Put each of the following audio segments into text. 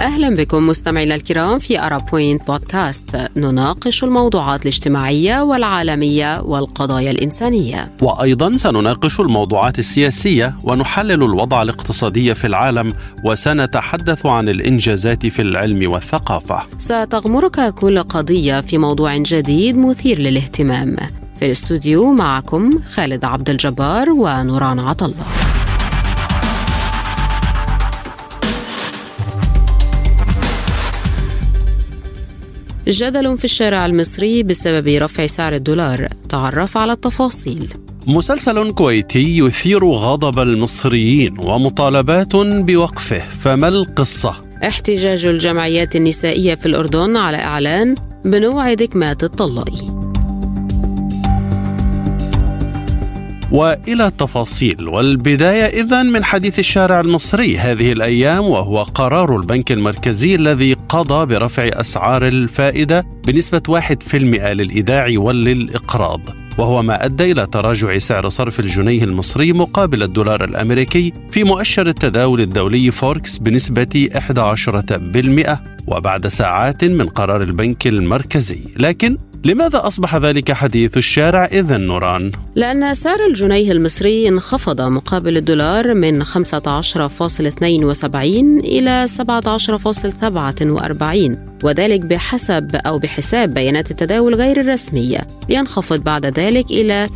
أهلا بكم مستمعينا الكرام في أرب بوينت بودكاست، نناقش الموضوعات الاجتماعية والعالمية والقضايا الإنسانية، وأيضا سنناقش الموضوعات السياسية ونحلل الوضع الاقتصادي في العالم، وسنتحدث عن الإنجازات في العلم والثقافة. ستغمرك كل قضية في موضوع جديد مثير للاهتمام. في الاستوديو معكم خالد عبد الجبار ونوران عطلة. جدل في الشارع المصري بسبب رفع سعر الدولار، تعرف على التفاصيل. مسلسل كويتي يثير غضب المصريين ومطالبات بوقفه، فما القصة؟ احتجاج الجمعيات النسائية في الأردن على إعلان بنوعدك ما تطلقي. وإلى التفاصيل، والبداية إذن من حديث الشارع المصري هذه الأيام، وهو قرار البنك المركزي الذي قضى برفع أسعار الفائدة بنسبة 1% للإيداع وللإقراض، وهو ما أدى إلى تراجع سعر صرف الجنيه المصري مقابل الدولار الأمريكي في مؤشر التداول الدولي فوركس بنسبة 11%، وبعد ساعات من قرار البنك المركزي. لكن لماذا أصبح ذلك حديث الشارع إذن نوران؟ لأن سعر الجنيه المصري انخفض مقابل الدولار من 15.72 إلى 17.47، وذلك بحساب بيانات التداول غير الرسمية، لينخفض بعد ذلك إلى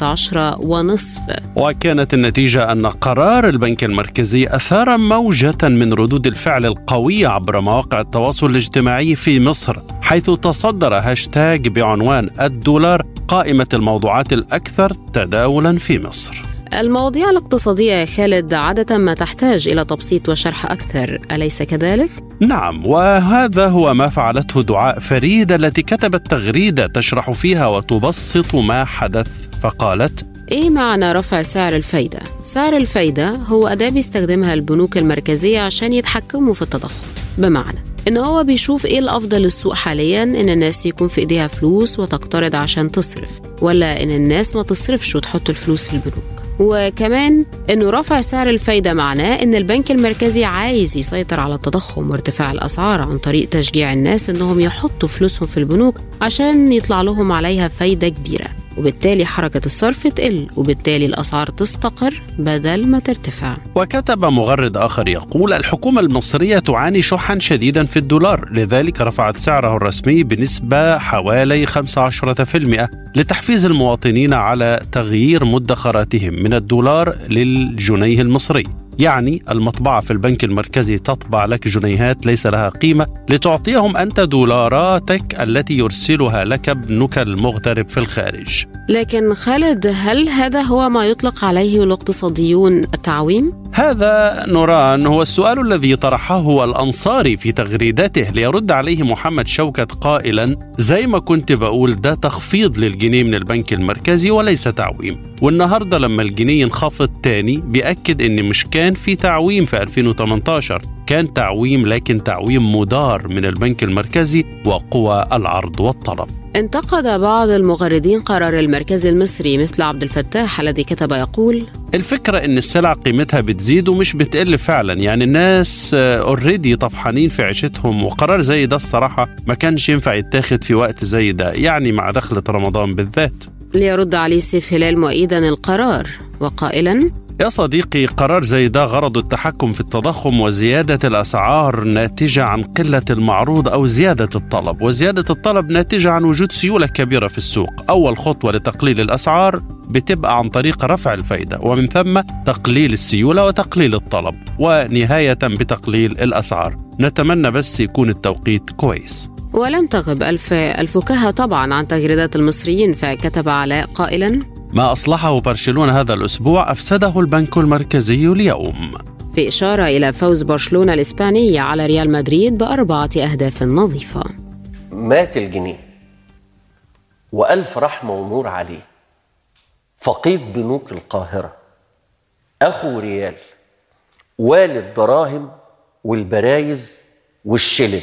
18.5. وكانت النتيجة أن قرار البنك المركزي أثار موجة من ردود الفعل القوية عبر مواقع التواصل الاجتماعي في مصر، حيث تصدر هاشتاج بعنوان الدولار قائمة الموضوعات الأكثر تداولا في مصر. المواضيع الاقتصادية يا خالد عادة ما تحتاج إلى تبسيط وشرح أكثر، أليس كذلك؟ نعم، وهذا هو ما فعلته دعاء فريد التي كتبت تغريدة تشرح فيها وتبسط ما حدث، فقالت: إيه معنى رفع سعر الفايدة؟ سعر الفايدة هو أداة بيستخدمها البنوك المركزية عشان يتحكموا في التضخم، بمعنى إن هو بيشوف إيه الأفضل للسوق حالياً، إن الناس يكون في إيديها فلوس وتقترض عشان تصرف، ولا إن الناس ما تصرفش وتحط الفلوس في البنوك. وكمان إنه رفع سعر الفايدة معناه إن البنك المركزي عايز يسيطر على التضخم وارتفاع الأسعار عن طريق تشجيع الناس إنهم يحطوا فلوسهم في البنوك عشان يطلع لهم عليها فايدة كبيرة، وبالتالي حركة الصرف تقل، وبالتالي الأسعار تستقر بدل ما ترتفع. وكتب مغرد آخر يقول: الحكومة المصرية تعاني شحا شديدا في الدولار، لذلك رفعت سعره الرسمي بنسبة حوالي 15% لتحفيز المواطنين على تغيير مدخراتهم من الدولار للجنيه المصري. يعني المطبعة في البنك المركزي تطبع لك جنيهات ليس لها قيمة لتعطيهم أنت دولاراتك التي يرسلها لك ابنك المغترب في الخارج. لكن خالد، هل هذا هو ما يطلق عليه الاقتصاديون التعويم؟ هذا نوران هو السؤال الذي طرحه الأنصاري في تغريدته، ليرد عليه محمد شوكت قائلا: زي ما كنت بقول، ده تخفيض للجنيه من البنك المركزي وليس تعويم. والنهاردة لما الجنيه ينخفض تاني بيأكد ان مش كان في تعويم في 2018، كان تعويم، لكن تعويم مدار من البنك المركزي وقوى العرض والطلب. انتقد بعض المغردين قرار المركز المصري مثل عبد الفتاح الذي كتب يقول: الفكرة ان السلع قيمتها بتزيد ومش بتقل فعلا، يعني الناس اوريدي طفحانين في عيشتهم، وقرار زي ده الصراحة ما كانش ينفع يتاخد في وقت زي ده، يعني مع دخلة رمضان بالذات. ليرد عليه سيف هلال مؤيدا القرار وقائلا: يا صديقي، قرار زي ده غرض التحكم في التضخم وزيادة الأسعار ناتجة عن قلة المعروض أو زيادة الطلب، وزيادة الطلب ناتجة عن وجود سيولة كبيرة في السوق. أول خطوة لتقليل الأسعار بتبقى عن طريق رفع الفائدة، ومن ثم تقليل السيولة وتقليل الطلب، ونهاية بتقليل الأسعار. نتمنى بس يكون التوقيت كويس. ولم تغب الفكاهة طبعا عن تغريدات المصريين، فكتب علاء قائلا: ما أصلحه برشلونة هذا الأسبوع أفسده البنك المركزي اليوم، في إشارة إلى فوز برشلونة الإسباني على ريال مدريد ب4 أهداف نظيفة. مات الجنيه وألف رحمة ونور عليه، فقيد بنوك القاهرة، أخو ريال، والد دراهم والبرايز والشلن،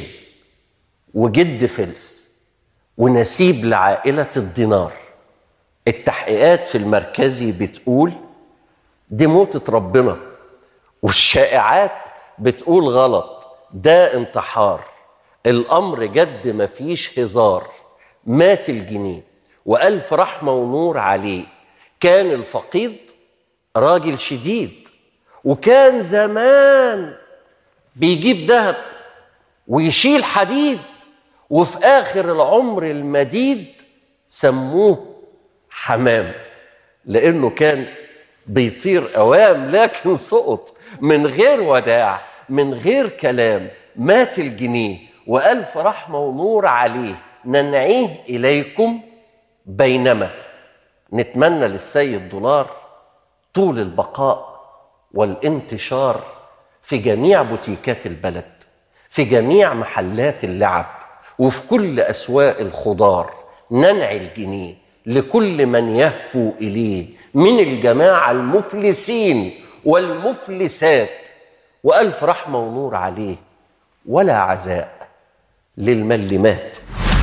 وجد فلس، ونسيب لعائلة الدينار. التحقيقات في المركزي بتقول دي موتة ربنا، والشائعات بتقول غلط، ده انتحار، الأمر جد مفيش هزار. مات الجنيه وألف رحمة ونور عليه. كان الفقيد راجل شديد، وكان زمان بيجيب ذهب ويشيل حديد، وفي آخر العمر المديد سموه حمام، لأنه كان بيطير أوام لكن سقط من غير وداع من غير كلام. مات الجنيه وألف رحمة ونور عليه. ننعيه إليكم بينما نتمنى للسيد دولار طول البقاء والانتشار في جميع بوتيكات البلد، في جميع محلات اللعب، وفي كل أسواق الخضار. ننعي الجنيه لكل من يهفو إليه من الجماعة المفلسين والمفلسات. وألف رحمة ونور عليه، ولا عزاء للمن مات.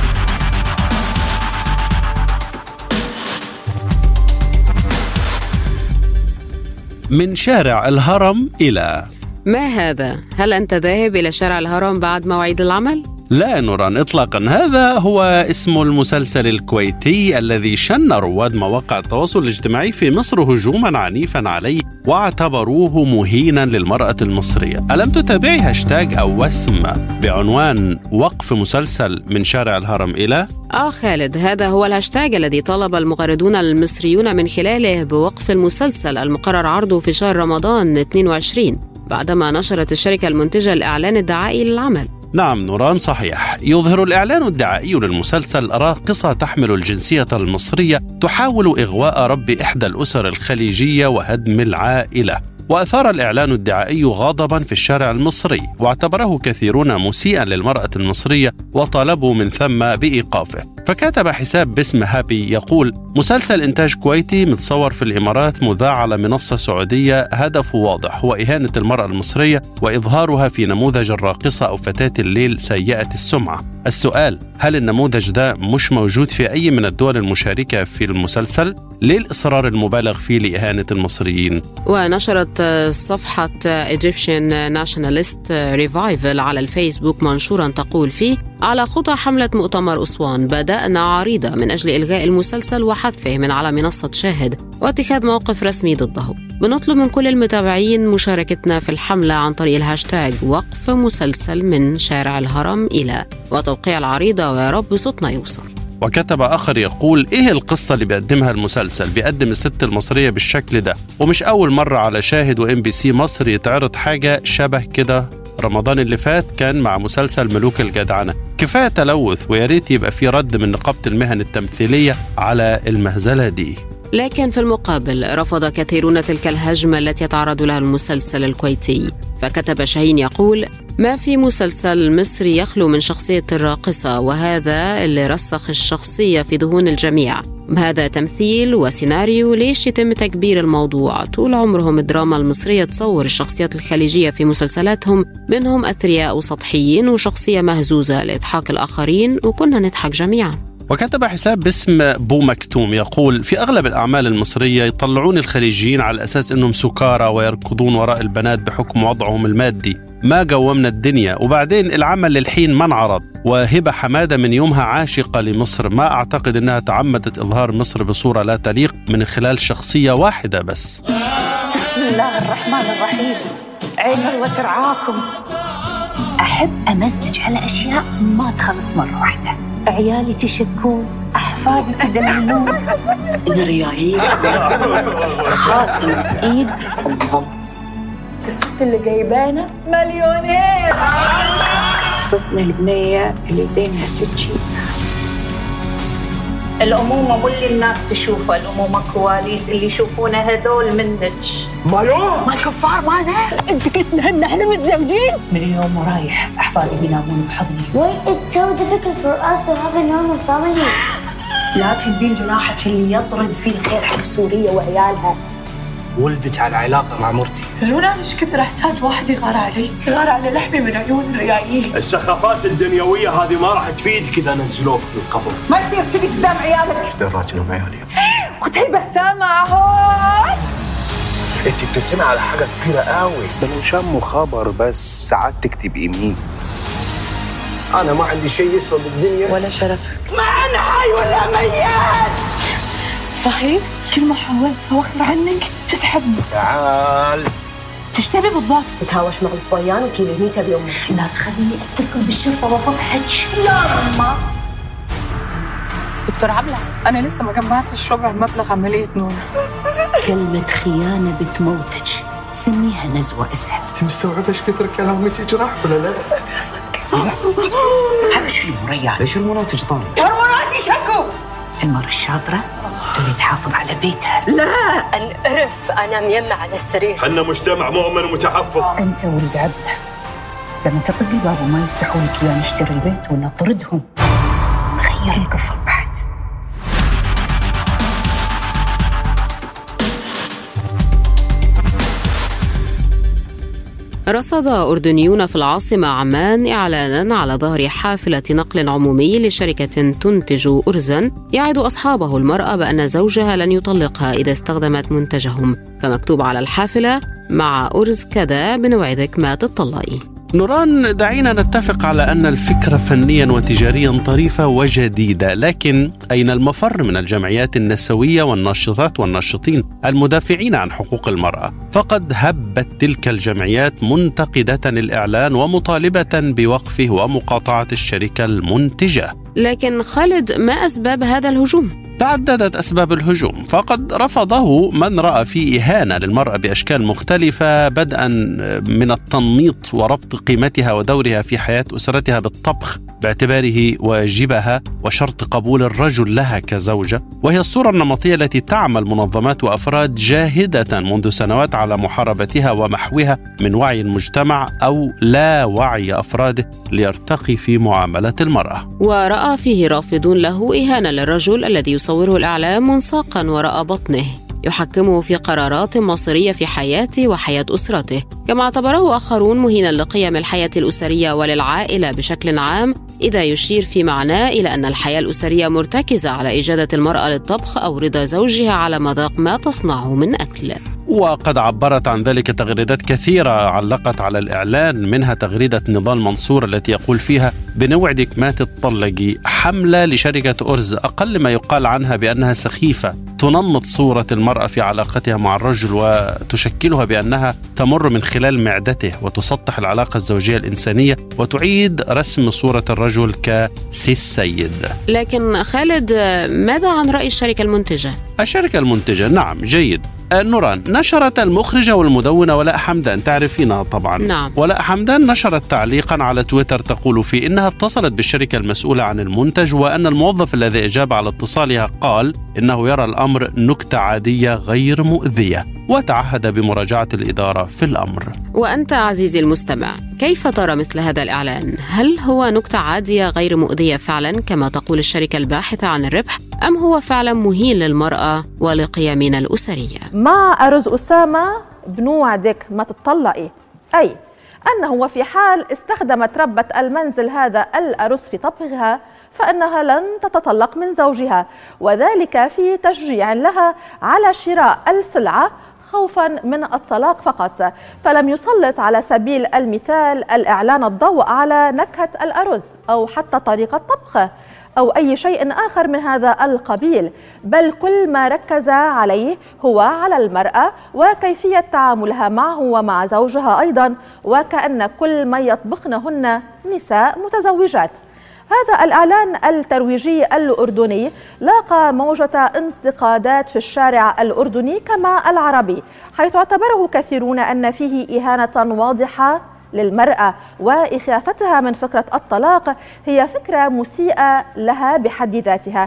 من شارع الهرم إلى ما هذا؟ هل أنت ذاهب إلى شارع الهرم بعد مواعيد العمل؟ لا نوران إطلاقا. هذا هو اسم المسلسل الكويتي الذي شن رواد مواقع التواصل الاجتماعي في مصر هجوما عنيفا عليه واعتبروه مهينا للمرأة المصرية. ألم تتابعي هاشتاج أو وسم بعنوان وقف مسلسل من شارع الهرم إلى؟ خالد، هذا هو الهاشتاج الذي طلب المغردون المصريون من خلاله بوقف المسلسل المقرر عرضه في شهر رمضان 22 بعدما نشرت الشركة المنتجة الإعلان الدعائي للعمل. نعم نوران، صحيح. يظهر الإعلان الدعائي للمسلسل راقصة تحمل الجنسية المصرية تحاول إغواء رب إحدى الأسر الخليجية وهدم العائلة. وأثار الإعلان الدعائي غضبا في الشارع المصري، واعتبره كثيرون مسيئا للمرأة المصرية وطالبوا من ثم بإيقافه. فكتب حساب باسم هابي يقول: مسلسل إنتاج كويتي متصور في الإمارات مذاع على منصة سعودية، هدفه واضح، هو إهانة المرأة المصرية وإظهارها في نموذج الراقصة أو فتاة الليل سيئة السمعة. السؤال: هل النموذج ده مش موجود في أي من الدول المشاركة في المسلسل؟ ليه الإصرار المبالغ فيه لإهانة المصريين؟ ونشرت صفحة Egyptian Nationalist Revival على الفيسبوك منشورا تقول فيه: على خطى حملة مؤتمر أسوان بدأنا عريضة من أجل إلغاء المسلسل وحذفه من على منصة شاهد واتخاذ موقف رسمي ضده. بنطلب من كل المتابعين مشاركتنا في الحملة عن طريق الهاشتاج وقف مسلسل من شارع الهرم إلى، وتوقيع العريضة، ويا رب صوتنا يوصل. وكتب آخر يقول: إيه القصة اللي بيقدمها المسلسل؟ بيقدم الست المصرية بالشكل ده، ومش أول مرة على شاهد وMBC مصر يتعرض حاجة شبه كده. رمضان اللي فات كان مع مسلسل ملوك الجدعنة. كفاية تلوث، وياريت يبقى في رد من نقابة المهن التمثيلية على المهزلة دي. لكن في المقابل رفض كثيرون تلك الهجمة التي يتعرض لها المسلسل الكويتي. فكتب شاهين يقول: ما في مسلسل مصري يخلو من شخصية الراقصة، وهذا اللي رسخ الشخصية في ذهون الجميع. هذا تمثيل وسيناريو، ليش يتم تكبير الموضوع؟ طول عمرهم الدراما المصرية تصور الشخصيات الخليجية في مسلسلاتهم منهم أثرياء وسطحيين وشخصية مهزوزة لإضحاك الآخرين، وكنا نضحك جميعا. وكتب حساب باسم بو مكتوم يقول: في أغلب الأعمال المصرية يطلعون الخليجيين على أساس أنهم سكارى ويركضون وراء البنات بحكم وضعهم المادي، ما قومنا الدنيا. وبعدين العمل للحين ما انعرض، وهبة حمادة من يومها عاشقة لمصر، ما أعتقد أنها تعمدت إظهار مصر بصورة لا تليق من خلال شخصية واحدة بس. بسم الله الرحمن الرحيم. عين الله ترعاكم. أحب أمزج على أشياء ما تخلص مرة واحدة. عيالي تشكون، أحفادي تدللون، الريايل خاتم إيد أمهم. قصة اللي جايبانا مليونير. صدنا البنية اللي بينها سكين. الأمومة واللي الناس تشوفها، الأمومة كواليس اللي يشوفونها هذول منك. ما الكفار مالنا. انت قلت لهن احنا متزوجين. من اليوم ورايح أحفادي بينامون بحضني. Why it's so difficult for us to have a normal family? لا تهدين جناحك اللي يطرد فيه الخير حق سوريا وعيالها. ولدك على علاقة مع مرتي. تدرون أنا إيش كثر أحتاج واحد يغار علي، يغار على لحمي من عيون الريايين. السخافات الدنيوية هذه ما راح تفيدك إذا نزلوك في القبر. ما يصير تجي قدام عيالك. دراجنا بعيالي. قتيبة سامعوس. انت بترسمي على حاجه كبيره قوي. ده لو شموا خبر بس ساعات تكتب ايميل. انا ما عندي شيء يسوى بالدنيا ولا شرفك. ما انا حي ولا ميت. صحيح؟ كل ما حاولت اوخر عنك تسحبني. تعال. تشتبي بالضبط؟ تتهاوش مع الصبيان وتجيب هني تبي امك. لا تخليني اتصل بالشرطه وافضحك يا ماما. دكتور عبلة، أنا لسه ما جمعتش ربع مبلغ عملية نور. كلمة خيانة بتموتك، سميها نزوة اسهل. انت مستوعبه ايش كثر كلامك يجرح ولا لا؟ هذا شو المريح؟ ليش المراتج طالع؟ هرموناتي شكو. المرة الشاطرة اللي تحافظ على بيتها. لا القرف أنا ميمة على السرير. حنا مجتمع مؤمن ومتحفظ. انت ولد عبله لما تطق الباب وما يفتحوا لك اياه نشتري البيت ونطردهم ونغير القفل بعد. رصد أردنيون في العاصمة عمان إعلاناً على ظهر حافلة نقل عمومي لشركة تنتج أرزاً يعد أصحابه المرأة بأن زوجها لن يطلقها إذا استخدمت منتجهم، فمكتوب على الحافلة: مع أرز كذا بنوعدك ما تطلقي. نوران، دعينا نتفق على أن الفكرة فنيا وتجاريا طريفة وجديدة، لكن أين المفر من الجمعيات النسوية والناشطات والناشطين المدافعين عن حقوق المرأة؟ فقد هبت تلك الجمعيات منتقدة الإعلان ومطالبة بوقفه ومقاطعة الشركة المنتجة. لكن خالد، ما أسباب هذا الهجوم؟ تعددت أسباب الهجوم، فقد رفضه من رأى فيه إهانة للمرأة بأشكال مختلفة، بدءا من التنميط وربط قيمتها ودورها في حياة أسرتها بالطبخ باعتباره واجبها وشرط قبول الرجل لها كزوجة، وهي الصورة النمطية التي تعمل منظمات وأفراد جاهدة منذ سنوات على محاربتها ومحوها من وعي المجتمع أو لا وعي أفراده ليرتقي في معاملة المرأة. ورأى فيه رافضون له إهانة للرجل الذي يصوره الإعلام منساقا وراء بطنه، يحكمه في قرارات مصيرية في حياته وحياة أسرته، كما اعتبره آخرون مهينا لقيم الحياة الأسرية وللعائلة بشكل عام، إذا يشير في معناه إلى أن الحياة الأسرية مرتكزة على إجادة المرأة للطبخ أو رضا زوجها على مذاق ما تصنعه من أكل. وقد عبرت عن ذلك تغريدات كثيرة علقت على الإعلان، منها تغريدة نضال منصور التي يقول فيها: بنوعدك ما تطلقي، حملة لشركة أرز أقل ما يقال عنها بأنها سخيفة، تنمط صورة المرأة في علاقتها مع الرجل وتشكلها بأنها تمر من خلال معدته وتسطح العلاقة الزوجية الإنسانية وتعيد رسم صورة الرجل كسي السيد. لكن خالد، ماذا عن رأي الشركة المنتجة؟ الشركة المنتجة نعم جيد. نوران، نشرت المخرجة والمدونة ولاء حمدان، تعرفينها طبعا. نعم. ولاء حمدان نشرت تعليقا على تويتر تقول فيه إنها اتصلت بالشركة المسؤولة عن المنتج، وأن الموظف الذي أجاب على اتصالها قال إنه يرى الأمر نكتة عادية غير مؤذية، وتعهد بمراجعة الإدارة في الأمر. وأنت عزيزي المستمع، كيف ترى مثل هذا الإعلان؟ هل هو نكتة عادية غير مؤذية فعلا كما تقول الشركة الباحثة عن الربح، أم هو فعلا مهين للمرأة ولقيمنا الأسرية؟ مع أرز أسامة بنوعدك ما تطلقي، أي أنه وفي حال استخدمت ربة المنزل هذا الأرز في طبخها فإنها لن تتطلق من زوجها، وذلك في تشجيع لها على شراء السلعة خوفا من الطلاق فقط. فلم يسلط على سبيل المثال الإعلان الضوء على نكهة الأرز أو حتى طريقة طبخه أو أي شيء آخر من هذا القبيل، بل كل ما ركز عليه هو على المرأة وكيفية تعاملها معه ومع زوجها أيضا، وكأن كل ما يطبخنهن نساء متزوجات. هذا الإعلان الترويجي الأردني لاقى موجة انتقادات في الشارع الأردني كما العربي، حيث اعتبره كثيرون أن فيه إهانة واضحة للمرأة، وإخافتها من فكرة الطلاق هي فكرة مسيئة لها بحد ذاتها.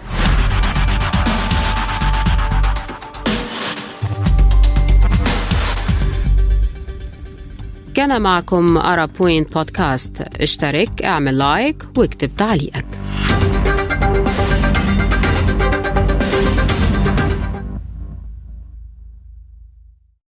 كان معكم آرا بوينت بودكاست. اشترك، اعمل لايك واكتب تعليقك.